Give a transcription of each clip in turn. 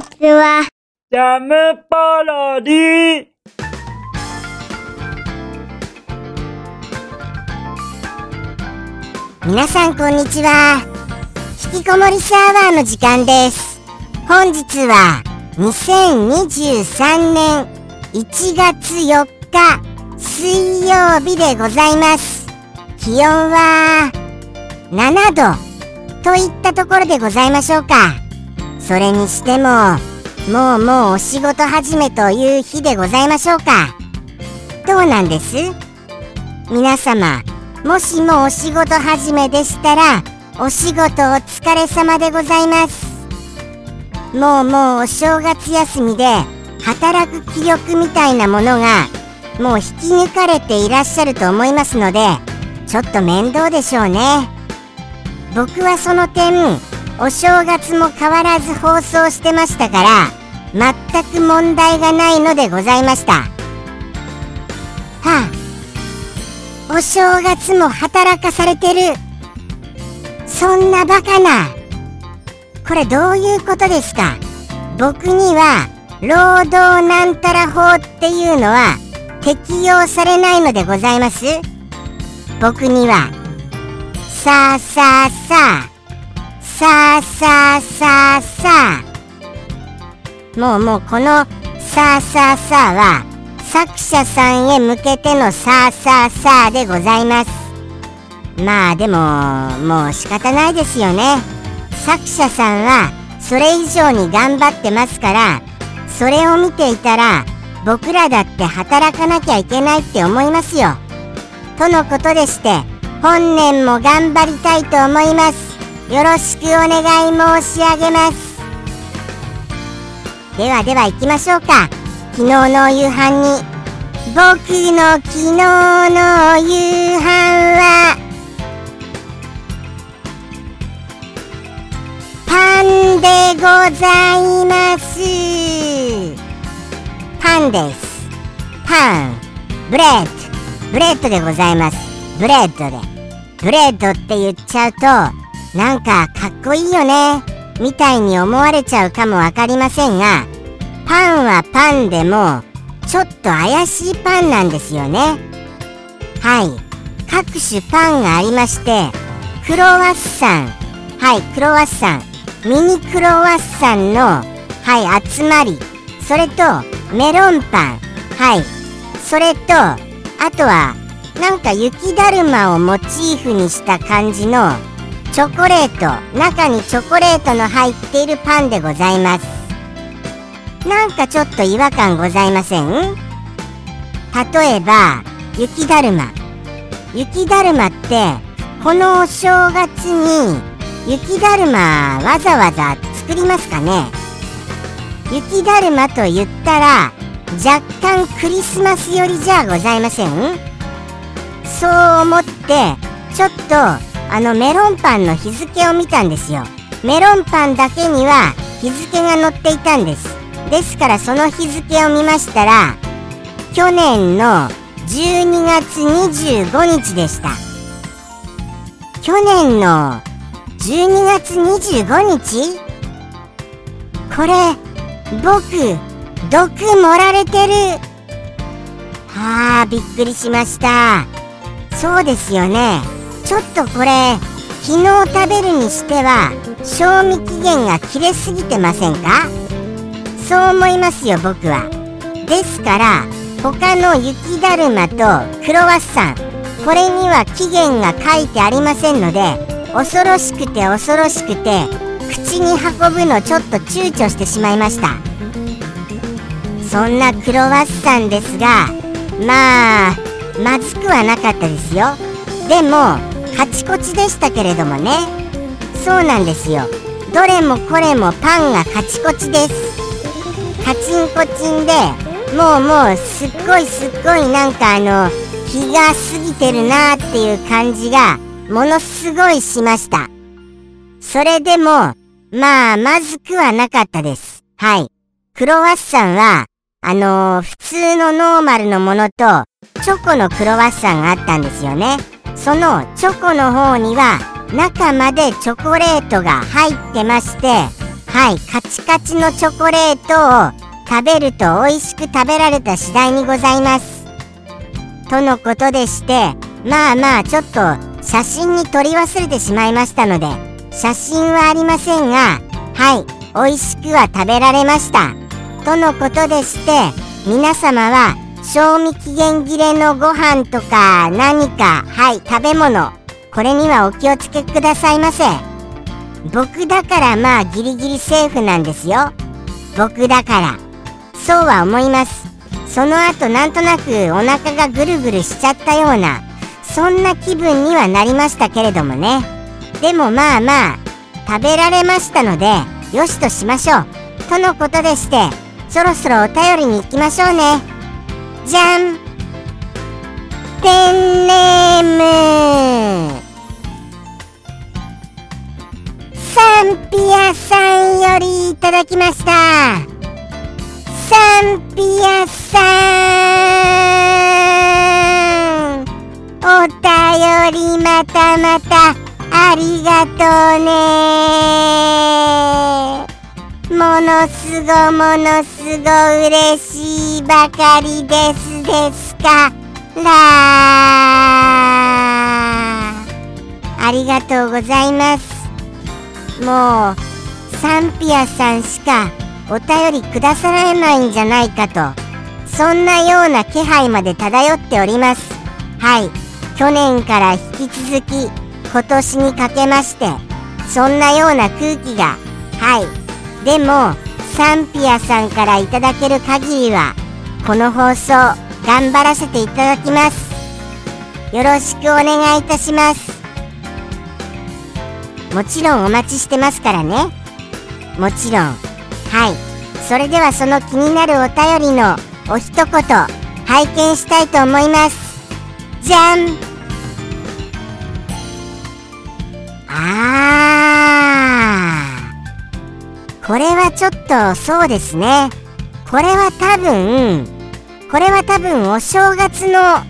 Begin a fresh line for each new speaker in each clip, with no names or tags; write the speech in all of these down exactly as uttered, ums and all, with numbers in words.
ちは。
ジャムパロディ。
皆さんこんにちは。引きこもりサーバーの時間です。本日はにせんにじゅうさんねんいちがつよっか水曜日でございます。気温はななどといったところでございましょうか。それにしてももうもうお仕事始めという日でございましょうか。どうなんです？皆様、もしもお仕事始めでしたらお仕事お疲れ様でございます。もうもうお正月休みで働く気力みたいなものがもう引き抜かれていらっしゃると思いますので、ちょっと面倒でしょうね。僕はその点お正月も変わらず放送してましたから全く問題がないのでございました。はあ、お正月も働かされてる。そんなバカな。これどういうことですか？僕には労働なんたら法っていうのは適用されないのでございます。僕にはさあさあさあさあさあさあさあ、もうもうこのさあさあさあは作者さんへ向けてのさあさあさあでございます。まあでももう仕方ないですよね。作者さんはそれ以上に頑張ってますから、それを見ていたら僕らだって働かなきゃいけないって思いますよ。とのことでして本年も頑張りたいと思います。よろしくお願い申し上げます。ではでは行きましょうか。昨日の夕飯に。僕の昨日の夕飯はパンでございます。パンです。パンブレッドブレッドでございます。ブレッドでブレッドって言っちゃうとなんかかっこいいよねみたいに思われちゃうかもわかりませんが、パンはパンでもちょっと怪しいパンなんですよね。はい、各種パンがありまして、クロワッサン、はいクロワッサン、ミニクロワッサンのはい集まり、それとメロンパン、はい、それとあとはなんか雪だるまをモチーフにした感じのチョコレート、中にチョコレートの入っているパンでございます。なんかちょっと違和感ございません？例えば雪だるま。雪だるまってこのお正月に雪だるまわざわざ作りますかね？雪だるまと言ったら若干クリスマス寄りじゃございません？そう思ってちょっとあのメロンパンの日付を見たんですよ。メロンパンだけには日付が載っていたんです。ですからその日付を見ましたら去年のじゅうにがつにじゅうごにちでした。去年のじゅうにがつにじゅうごにち？これ僕毒盛られてる。はあ、びっくりしました。そうですよね。ちょっとこれ昨日食べるにしては賞味期限が切れすぎてませんか？そう思いますよ僕は。ですから他の雪だるまとクロワッサン、これには期限が書いてありませんので、恐ろしくて恐ろしくて口に運ぶのちょっと躊躇してしまいました。そんなクロワッサンですが、まあまずくはなかったですよ。でもカチコチでしたけれどもね。そうなんですよ。どれもこれもパンがカチコチです。カチンコチンでもうもうすっごいすっごいなんかあの日が過ぎてるなーっていう感じがものすごいしました。それでもまあまずくはなかったです。はい、クロワッサンはあのー、普通のノーマルのものとチョコのクロワッサンがあったんですよね。そのチョコの方には中までチョコレートが入ってまして、 はい、カチカチのチョコレートを食べると美味しく食べられた次第にございます。とのことでして、まあまあちょっと写真に撮り忘れてしまいましたので、写真はありませんが、はい、美味しくは食べられました。とのことでして、皆様は賞味期限切れのご飯とか何か、はい、食べ物、これにはお気をつけくださいませ。僕だからまあギリギリセーフなんですよ。僕だからそうは思います。その後なんとなくお腹がぐるぐるしちゃったような、そんな気分にはなりましたけれどもね。でもまあまあ食べられましたのでよしとしましょう。とのことでして、そろそろお便りに行きましょうね。じゃん。ペンネームサンピアさんよりいただきました。サンピアさん、お便りまたまたありがとうね。ものすごものすご嬉しいばかりですですからありがとうございます。もうサンピアさんしかお便りくださらないんじゃないかと、そんなような気配まで漂っております。はい、去年から引き続き今年にかけまして、そんなような空気が、はい、でもサンピアさんからいただける限りはこの放送頑張らせていただきます。よろしくお願いいたします。もちろんお待ちしてますからね。もちろん。はい、それではその気になるお便りのお一言拝見したいと思います。じゃん。あー、これはちょっとそうですね。これは多分これは多分お正月の、はい、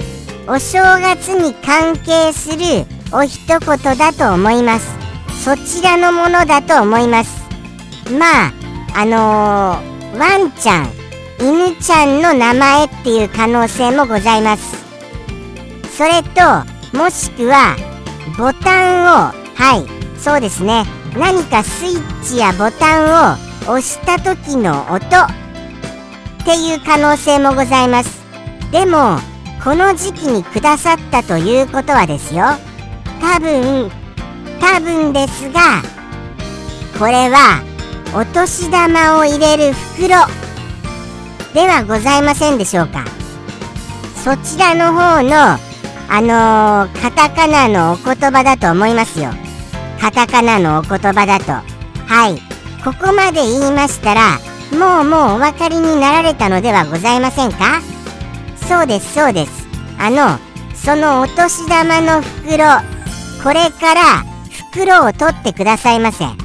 お正月に関係するお一言だと思います。そちらのものだと思います。まああのー、ワンちゃん、犬ちゃんの名前っていう可能性もございます。それともしくはボタンを、はい、そうですね、何かスイッチやボタンを押した時の音っていう可能性もございます。でもこの時期にくださったということはですよ、多分多分ですが、これはお年玉を入れる袋ではございませんでしょうか。そちらの方のあのー、カタカナのお言葉だと思いますよ。カタカナのお言葉だと、はい、ここまで言いましたらもうもうお分かりになられたのではございませんか。そうですそうです。あのそのお年玉の袋、これから袋を取ってくださいませ。はい、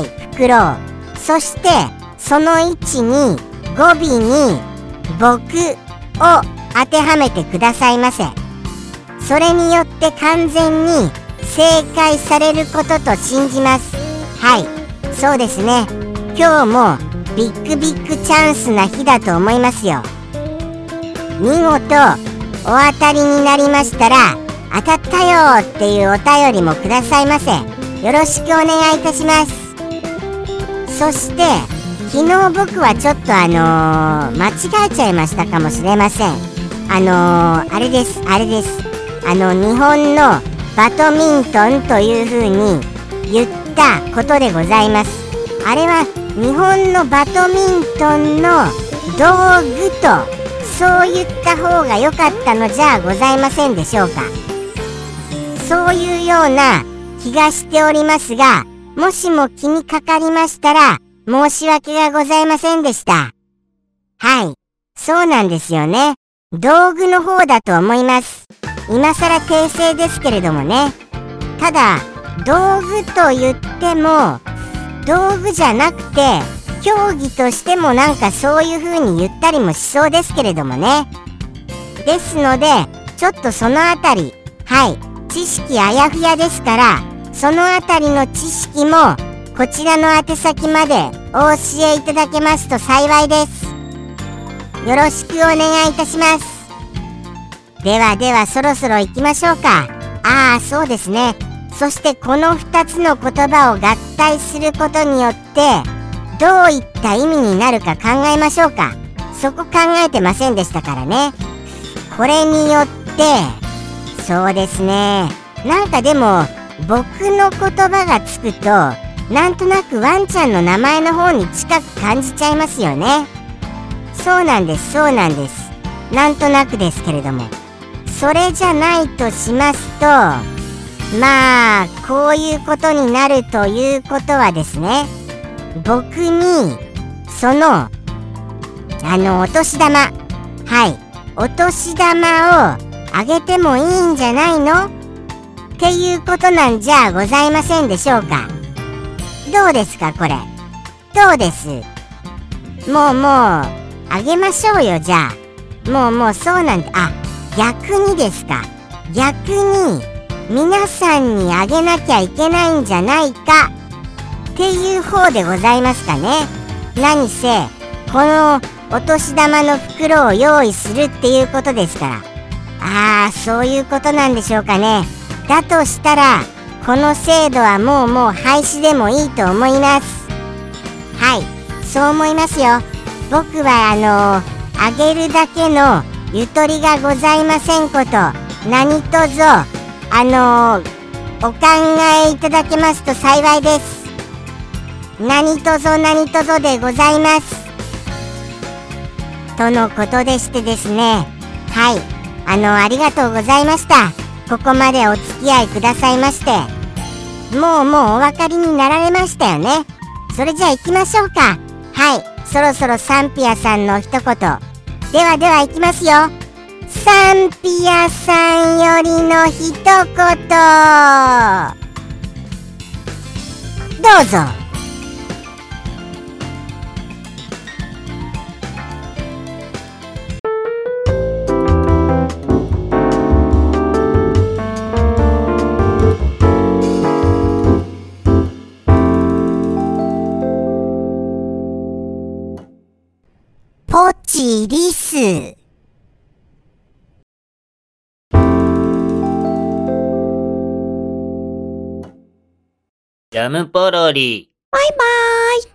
袋を。そしてその位置に語尾に僕を当てはめてくださいませ。それによって完全に正解されることと信じます。はい、そうですね。今日もビッグビッグチャンスな日だと思いますよ。見事お当たりになりましたら、当たったよっていうお便りもくださいませ。よろしくお願いいたします。そして昨日僕はちょっとあのー、間違えちゃいましたかもしれません。あのー、あれですあれですあの日本のバドミントンという風に言ったことでございます。あれは日本のバドミントンの道具とそう言った方が良かったのじゃございませんでしょうか。そういうような気がしておりますが、もしも気にかかりましたら申し訳がございませんでした。はい、そうなんですよね。道具の方だと思います。今更訂正ですけれどもね。ただ道具と言っても道具じゃなくて競技としてもなんかそういう風に言ったりもしそうですけれどもね。ですのでちょっとそのあたり、はい、知識あやふやですから、そのあたりの知識もこちらの宛先までお教えいただけますと幸いです。よろしくお願いいたします。ではではそろそろ行きましょうか。ああ、そうですね。そしてこのふたつの言葉を合体することによってどういった意味になるか考えましょうか。そこ考えてませんでしたからね。これによってそうですね、なんかでも僕の言葉がつくとなんとなくワンちゃんの名前の方に近く感じちゃいますよね。そうなんですそうなんです。なんとなくですけれども、それじゃないとしますと、まあこういうことになるということはですね、僕にそのあのお年玉、はいお年玉をあげてもいいんじゃないのっていうことなんじゃございませんでしょうか。どうですかこれ。どうです。もうもうあげましょうよ。じゃあもうもうそうなんで、あ、逆にですか。逆に皆さんにあげなきゃいけないんじゃないかっていう方でございますかね。何せこのお年玉の袋を用意するっていうことですから。ああ、そういうことなんでしょうかね。だとしたらこの制度はもうもう廃止でもいいと思います。はい、そう思いますよ。僕はあのあげるだけのゆとりがございませんこと、何卒あのお考えいただけますと幸いです。何卒何卒でございますとのことでしてですね。はい、あのありがとうございました。ここまでお付き合いくださいまして、もうもうお分かりになられましたよね。それじゃあ行きましょうか。はい、そろそろサンピアさんの一言。ではでは行きますよ。サンピアさんよりの一言、どうぞ。ポチリス。
ジャムポロリ。
バイバーイ。